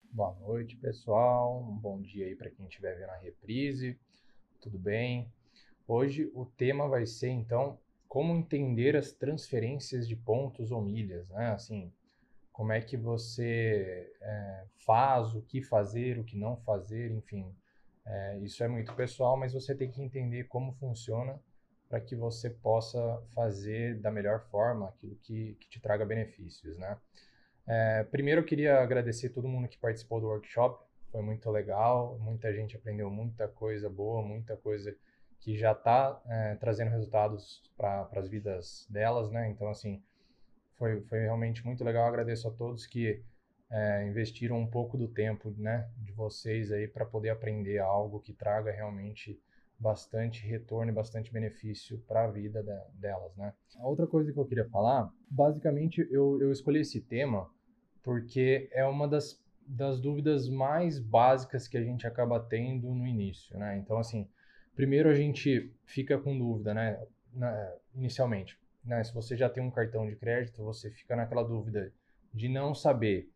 Boa noite, pessoal. Um bom dia aí para quem estiver vendo a reprise. Tudo bem? Hoje o tema vai ser então como entender as transferências de pontos ou milhas, né? Assim, como é que você faz, o que fazer, o que não fazer, enfim. Isso é muito pessoal, mas você tem que entender como funciona para que você possa fazer da melhor forma aquilo que te traga benefícios, né? Primeiro eu queria agradecer todo mundo que participou do workshop, foi muito legal, muita gente aprendeu muita coisa boa, muita coisa que já está trazendo resultados para as vidas delas, né? Então, assim, foi realmente muito legal. Agradeço a todos que investiram um pouco do tempo, né, de vocês aí para poder aprender algo que traga realmente bastante retorno e bastante benefício para a vida delas, né? A outra coisa que eu queria falar, basicamente eu escolhi esse tema porque é uma das dúvidas mais básicas que a gente acaba tendo no início, né? Então, assim, primeiro a gente fica com dúvida, né, inicialmente, né? Se você já tem um cartão de crédito, você fica naquela dúvida de não saber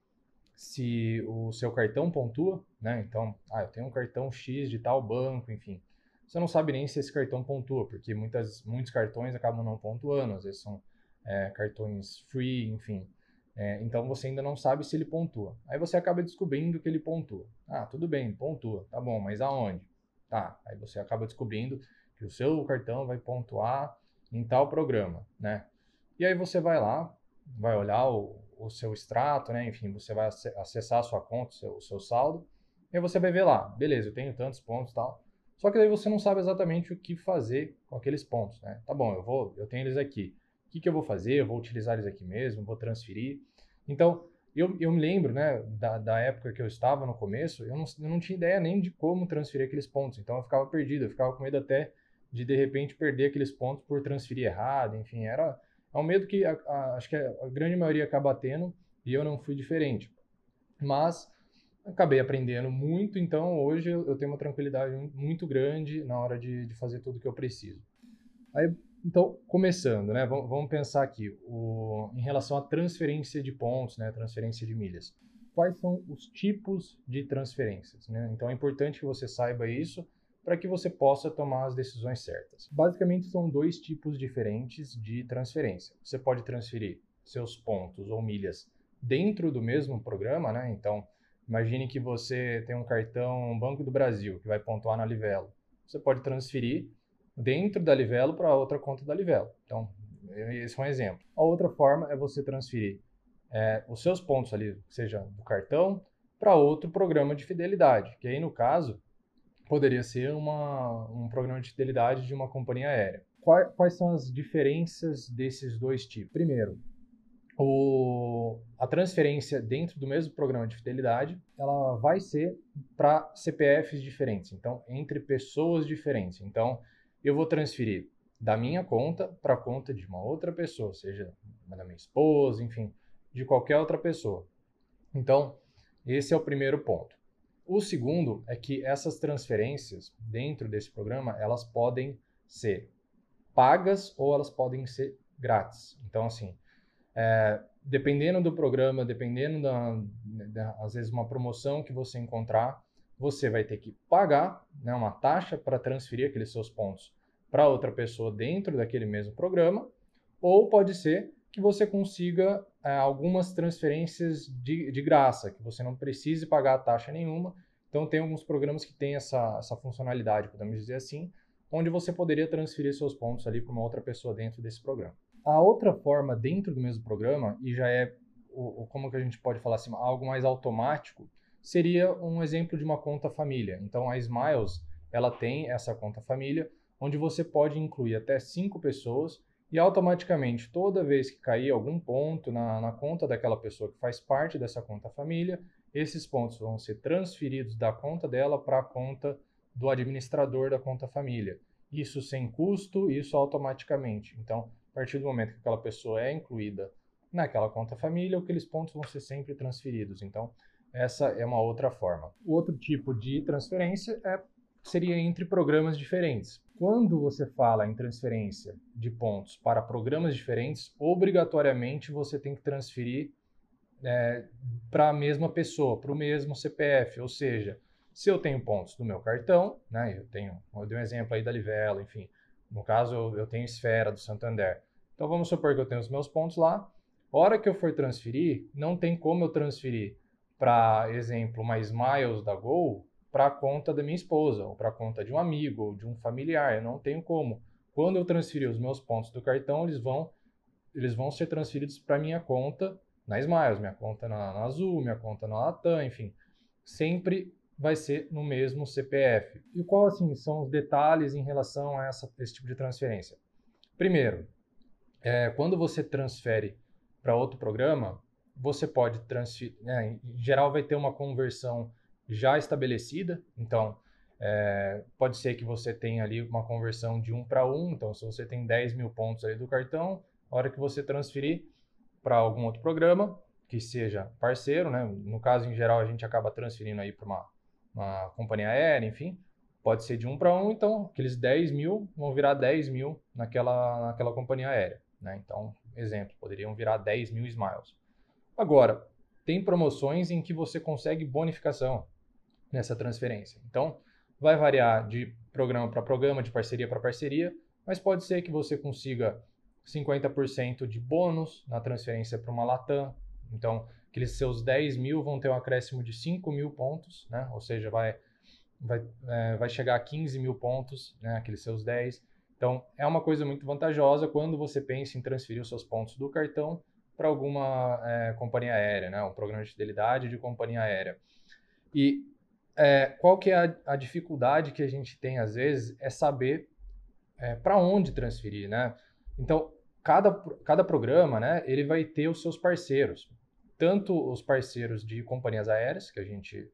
se o seu cartão pontua, né? Então, eu tenho um cartão X de tal banco, enfim. Você não sabe nem se esse cartão pontua, porque muitos cartões acabam não pontuando, às vezes são cartões free, enfim. Então você ainda não sabe se ele pontua. Aí você acaba descobrindo que ele pontua. Ah, tudo bem, pontua, tá bom, mas aonde? Tá, aí você acaba descobrindo que o seu cartão vai pontuar em tal programa, né? E aí você vai lá, vai olhar o seu extrato, né? Enfim, você vai acessar a sua conta, o seu saldo, e aí você vai ver lá, beleza, eu tenho tantos pontos e tal. Só que daí você não sabe exatamente o que fazer com aqueles pontos, né? Tá bom, eu tenho eles aqui. O que eu vou fazer? Eu vou utilizar eles aqui mesmo, vou transferir. Então, eu me lembro, né, da época que eu estava no começo, eu não tinha ideia nem de como transferir aqueles pontos. Então eu ficava perdido, eu ficava com medo até de repente perder aqueles pontos por transferir errado, enfim, é um medo que acho que a grande maioria acaba tendo e eu não fui diferente. Mas acabei aprendendo muito, então hoje eu tenho uma tranquilidade muito grande na hora de fazer tudo que eu preciso. Aí, então, começando, né? Vamos pensar aqui em relação à transferência de pontos, né? Transferência de milhas. Quais são os tipos de transferências, né? Então é importante que você saiba isso para que você possa tomar as decisões certas. Basicamente são dois tipos diferentes de transferência. Você pode transferir seus pontos ou milhas dentro do mesmo programa, né? Então, imagine que você tem um cartão Banco do Brasil que vai pontuar na Livelo. Você pode transferir dentro da Livelo para outra conta da Livelo. Então, esse é um exemplo. A outra forma é você transferir os seus pontos ali, seja do cartão, para outro programa de fidelidade, que aí no caso poderia ser um programa de fidelidade de uma companhia aérea. Quais são as diferenças desses dois tipos? Primeiro, a transferência dentro do mesmo programa de fidelidade, ela vai ser para CPFs diferentes, então entre pessoas diferentes. Então, eu vou transferir da minha conta para a conta de uma outra pessoa, seja da minha esposa, enfim, de qualquer outra pessoa. Então, esse é o primeiro ponto. O segundo é que essas transferências dentro desse programa, elas podem ser pagas ou elas podem ser grátis. Então, assim, dependendo do programa, dependendo às vezes uma promoção que você encontrar, você vai ter que pagar, né, uma taxa para transferir aqueles seus pontos para outra pessoa dentro daquele mesmo programa, ou pode ser que você consiga algumas transferências de graça, que você não precise pagar taxa nenhuma. Então tem alguns programas que têm essa funcionalidade, podemos dizer assim, onde você poderia transferir seus pontos ali para uma outra pessoa dentro desse programa. A outra forma dentro do mesmo programa, e já é como que a gente pode falar assim, algo mais automático, seria um exemplo de uma conta família. Então a Smiles, ela tem essa conta família, onde você pode incluir até 5 pessoas e automaticamente, toda vez que cair algum ponto na conta daquela pessoa que faz parte dessa conta família, esses pontos vão ser transferidos da conta dela para a conta do administrador da conta família. Isso sem custo, isso automaticamente. Então, a partir do momento que aquela pessoa é incluída naquela conta família, aqueles pontos vão ser sempre transferidos. Então, essa é uma outra forma. O outro tipo de transferência seria entre programas diferentes. Quando você fala em transferência de pontos para programas diferentes, obrigatoriamente você tem que transferir para a mesma pessoa, para o mesmo CPF. Ou seja, se eu tenho pontos do meu cartão, né, eu dei um exemplo aí da Livelo, enfim, no caso eu tenho Esfera do Santander. Então vamos supor que eu tenho os meus pontos lá. A hora que eu for transferir, não tem como eu transferir para, exemplo, uma Smiles da Gol para a conta da minha esposa, ou para a conta de um amigo, ou de um familiar. Eu não tenho como. Quando eu transferir os meus pontos do cartão, eles vão ser transferidos para minha conta na Smiles, minha conta na Azul, minha conta na Latam, enfim. Sempre vai ser no mesmo CPF. E qual, assim, são os detalhes em relação a esse tipo de transferência? Primeiro, quando você transfere para outro programa, você pode transferir, né, em geral vai ter uma conversão já estabelecida, então pode ser que você tenha ali uma conversão de 1 para 1, então se você tem 10 mil pontos ali do cartão, a hora que você transferir para algum outro programa, que seja parceiro, né, no caso em geral a gente acaba transferindo aí para uma companhia aérea, enfim, pode ser de 1 para 1, então aqueles 10 mil vão virar 10 mil naquela companhia aérea. Né? Então, exemplo, poderiam virar 10 mil Smiles. Agora, tem promoções em que você consegue bonificação nessa transferência. Então, vai variar de programa para programa, de parceria para parceria, mas pode ser que você consiga 50% de bônus na transferência para uma Latam. Então, aqueles seus 10 mil vão ter um acréscimo de 5 mil pontos, né? Ou seja, vai chegar a 15 mil pontos, né? Aqueles seus 10. Então, é uma coisa muito vantajosa quando você pensa em transferir os seus pontos do cartão para alguma companhia aérea, né? Um programa de fidelidade de companhia aérea. E qual que é a dificuldade que a gente tem, às vezes, é saber para onde transferir, né? Então, cada programa, né, ele vai ter os seus parceiros. Tanto os parceiros de companhias aéreas, que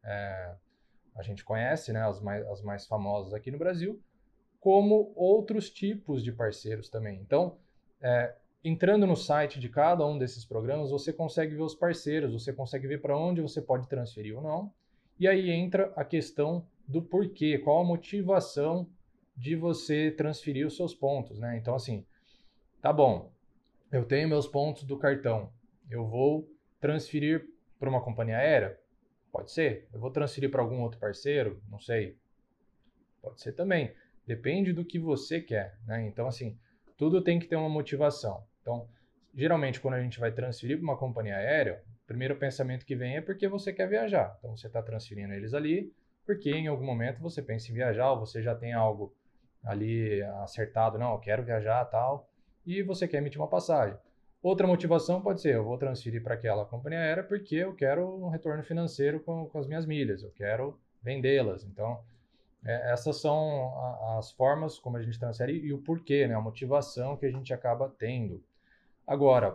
a gente conhece, né, as mais famosas aqui no Brasil, como outros tipos de parceiros também. Então, entrando no site de cada um desses programas, você consegue ver os parceiros, você consegue ver para onde você pode transferir ou não. E aí entra a questão do porquê, qual a motivação de você transferir os seus pontos, né? Então, assim, tá bom, eu tenho meus pontos do cartão, eu vou transferir para uma companhia aérea? Pode ser. Eu vou transferir para algum outro parceiro? Não sei. Pode ser também. Depende do que você quer, né? Então, assim, tudo tem que ter uma motivação. Então, geralmente, quando a gente vai transferir para uma companhia aérea, o primeiro pensamento que vem é porque você quer viajar. Então, você está transferindo eles ali porque em algum momento você pensa em viajar ou você já tem algo ali acertado, não, eu quero viajar, tal, e você quer emitir uma passagem. Outra motivação pode ser, eu vou transferir para aquela companhia aérea porque eu quero um retorno financeiro com as minhas milhas, eu quero vendê-las. Então, essas são as formas como a gente transfere e o porquê, né? A motivação que a gente acaba tendo. Agora,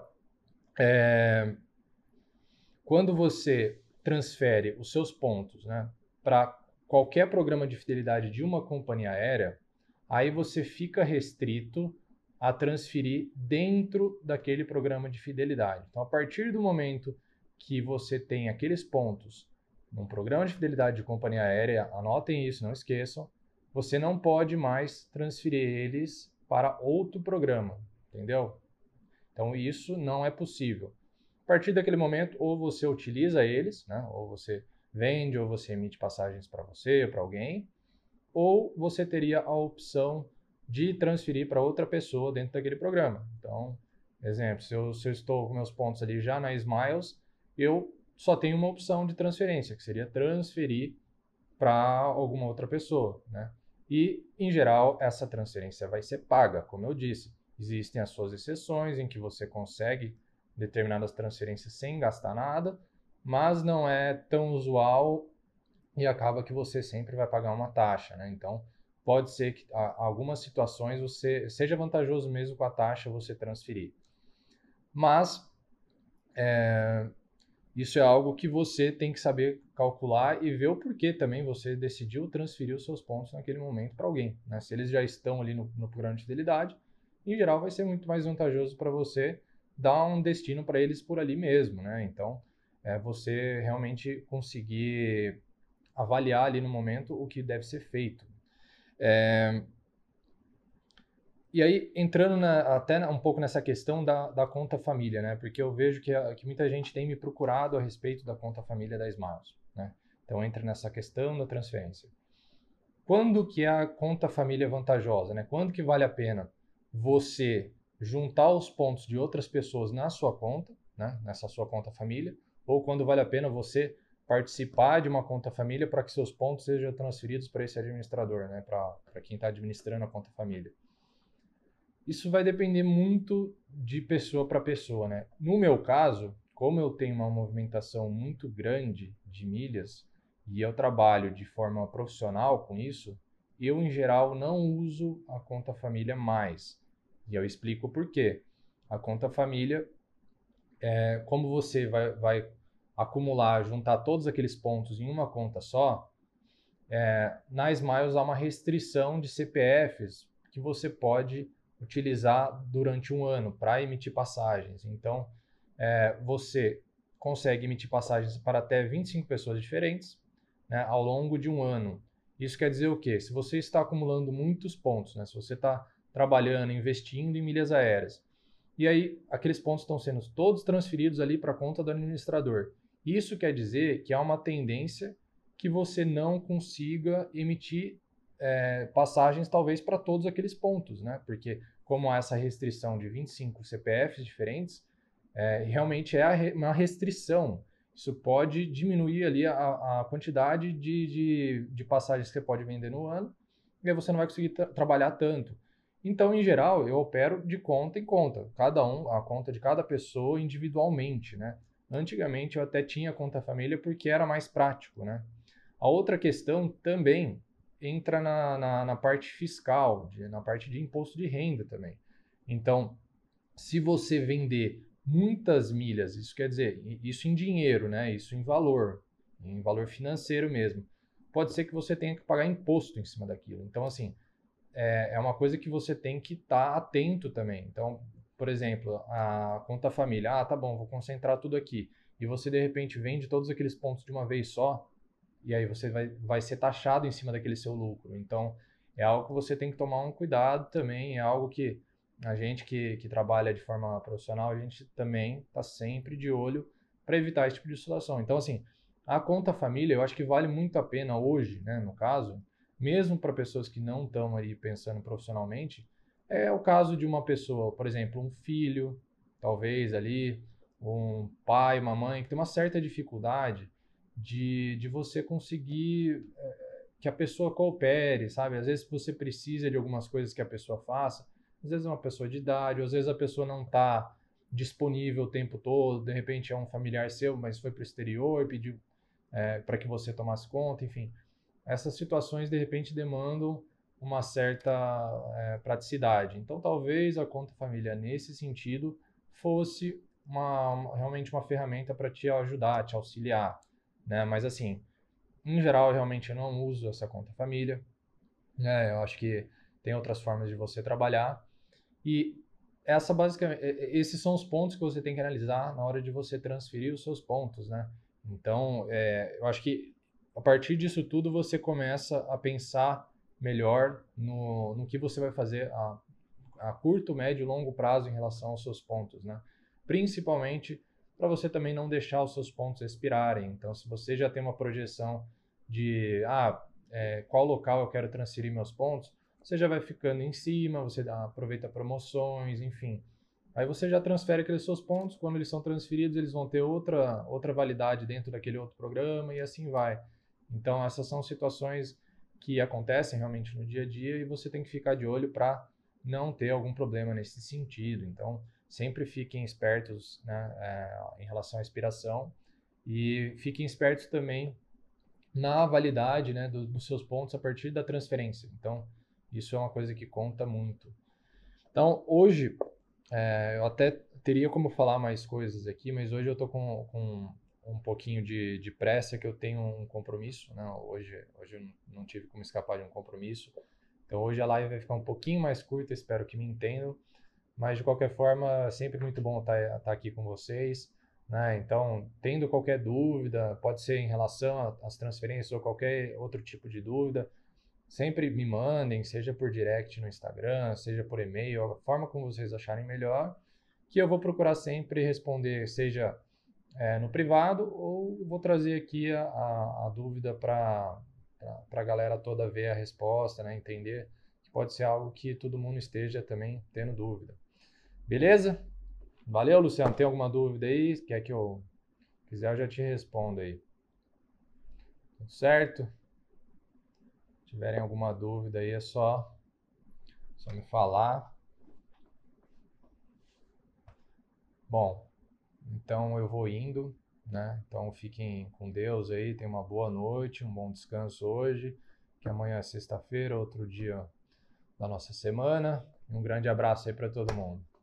quando você transfere os seus pontos, né, para qualquer programa de fidelidade de uma companhia aérea, aí você fica restrito a transferir dentro daquele programa de fidelidade. Então, a partir do momento que você tem aqueles pontos num programa de fidelidade de companhia aérea, anotem isso, não esqueçam, você não pode mais transferir eles para outro programa, entendeu? Então, isso não é possível. A partir daquele momento, ou você utiliza eles, né? Ou você vende, ou você emite passagens para você, para alguém, ou você teria a opção de transferir para outra pessoa dentro daquele programa. Então, exemplo, se eu estou com meus pontos ali já na Smiles, eu só tenho uma opção de transferência, que seria transferir para alguma outra pessoa, né? E, em geral, essa transferência vai ser paga, como eu disse. Existem as suas exceções em que você consegue determinadas transferências sem gastar nada, mas não é tão usual e acaba que você sempre vai pagar uma taxa, né? Então, pode ser que algumas situações você seja vantajoso mesmo com a taxa você transferir. Mas isso é algo que você tem que saber calcular e ver o porquê também você decidiu transferir os seus pontos naquele momento para alguém, né? Se eles já estão ali no programa de fidelidade, em geral vai ser muito mais vantajoso para você dar um destino para eles por ali mesmo, né? Então, você realmente conseguir avaliar ali no momento o que deve ser feito. E aí, entrando até um pouco nessa questão da conta família, né? Porque eu vejo que muita gente tem me procurado a respeito da conta família da Smiles, né? Então, entra nessa questão da transferência. Quando que é a conta família vantajosa, né? Quando que vale a pena você juntar os pontos de outras pessoas na sua conta, né? Nessa sua conta família, ou quando vale a pena você participar de uma conta família para que seus pontos sejam transferidos para esse administrador, né? Para quem está administrando a conta família. Isso vai depender muito de pessoa para pessoa, né? No meu caso, como eu tenho uma movimentação muito grande de milhas e eu trabalho de forma profissional com isso, eu em geral não uso a conta família mais. E eu explico por quê. A conta família, como você vai acumular, juntar todos aqueles pontos em uma conta só, na Smiles há uma restrição de CPFs que você pode utilizar durante um ano para emitir passagens. Então, você consegue emitir passagens para até 25 pessoas diferentes, né, ao longo de um ano. Isso quer dizer o quê? Se você está acumulando muitos pontos, né, se você está trabalhando, investindo em milhas aéreas, e aí aqueles pontos estão sendo todos transferidos ali para a conta do administrador. Isso quer dizer que há uma tendência que você não consiga emitir passagens talvez para todos aqueles pontos, né? Porque como há essa restrição de 25 CPFs diferentes, realmente é uma restrição. Isso pode diminuir ali a quantidade de passagens que você pode vender no ano, e aí você não vai conseguir trabalhar tanto. Então, em geral, eu opero de conta em conta, a conta de cada pessoa individualmente, né? Antigamente eu até tinha conta família porque era mais prático, né? A outra questão também entra na parte fiscal, na parte de imposto de renda também. Então, se você vender muitas milhas, isso quer dizer, isso em dinheiro, né? Isso em valor financeiro mesmo. Pode ser que você tenha que pagar imposto em cima daquilo. Então, assim, é uma coisa que você tem que estar atento também. Então, por exemplo, a conta família, tá bom, vou concentrar tudo aqui. E você, de repente, vende todos aqueles pontos de uma vez só, e aí você vai ser taxado em cima daquele seu lucro. Então, é algo que você tem que tomar um cuidado também, é algo que a gente que trabalha de forma profissional, a gente também está sempre de olho para evitar esse tipo de situação. Então, assim, a conta família, eu acho que vale muito a pena hoje, né, no caso, mesmo para pessoas que não estão aí pensando profissionalmente, é o caso de uma pessoa, por exemplo, um filho, talvez ali, um pai, uma mãe, que tem uma certa dificuldade de você conseguir que a pessoa coopere, sabe? Às vezes você precisa de algumas coisas que a pessoa faça, às vezes é uma pessoa de idade, ou às vezes a pessoa não está disponível o tempo todo, de repente é um familiar seu, mas foi para o exterior e pediu para que você tomasse conta, enfim. Essas situações de repente demandam uma certa praticidade. Então talvez a conta família nesse sentido fosse realmente uma ferramenta para te ajudar, te auxiliar, né? Mas assim, em geral, realmente eu não uso essa conta família, né? Eu acho que tem outras formas de você trabalhar e esses são os pontos que você tem que analisar na hora de você transferir os seus pontos, né? Então, eu acho que a partir disso tudo você começa a pensar melhor no que você vai fazer a curto, médio e longo prazo em relação aos seus pontos, né? Principalmente para você também não deixar os seus pontos expirarem. Então, se você já tem uma projeção de qual local eu quero transferir meus pontos, você já vai ficando em cima, você aproveita promoções, enfim. Aí você já transfere aqueles seus pontos, quando eles são transferidos, eles vão ter outra validade dentro daquele outro programa e assim vai. Então, essas são situações que acontecem realmente no dia a dia e você tem que ficar de olho para não ter algum problema nesse sentido. Então, sempre fiquem espertos, né, em relação à expiração e fiquem espertos também na validade, né, dos seus pontos a partir da transferência. Então, isso é uma coisa que conta muito. Então, hoje, eu até teria como falar mais coisas aqui, mas hoje eu estou com um pouquinho de pressa, que eu tenho um compromisso, né? Hoje eu não tive como escapar de um compromisso. Então, hoje a live vai ficar um pouquinho mais curta, espero que me entendam. Mas, de qualquer forma, é sempre muito bom estar aqui com vocês, né? Então, tendo qualquer dúvida, pode ser em relação às transferências ou qualquer outro tipo de dúvida, sempre me mandem, seja por direct no Instagram, seja por e-mail, a forma como vocês acharem melhor, que eu vou procurar sempre responder, seja no privado, ou vou trazer aqui a dúvida para a galera toda ver a resposta, né? Entender que pode ser algo que todo mundo esteja também tendo dúvida. Beleza? Valeu, Luciano. Tem alguma dúvida aí? Quer que eu quiser, eu já te respondo aí. Tudo certo? Se tiverem alguma dúvida aí, é só me falar. Bom, então eu vou indo, né? Então fiquem com Deus aí, tenham uma boa noite, um bom descanso hoje, que amanhã é sexta-feira, outro dia da nossa semana. Um grande abraço aí para todo mundo.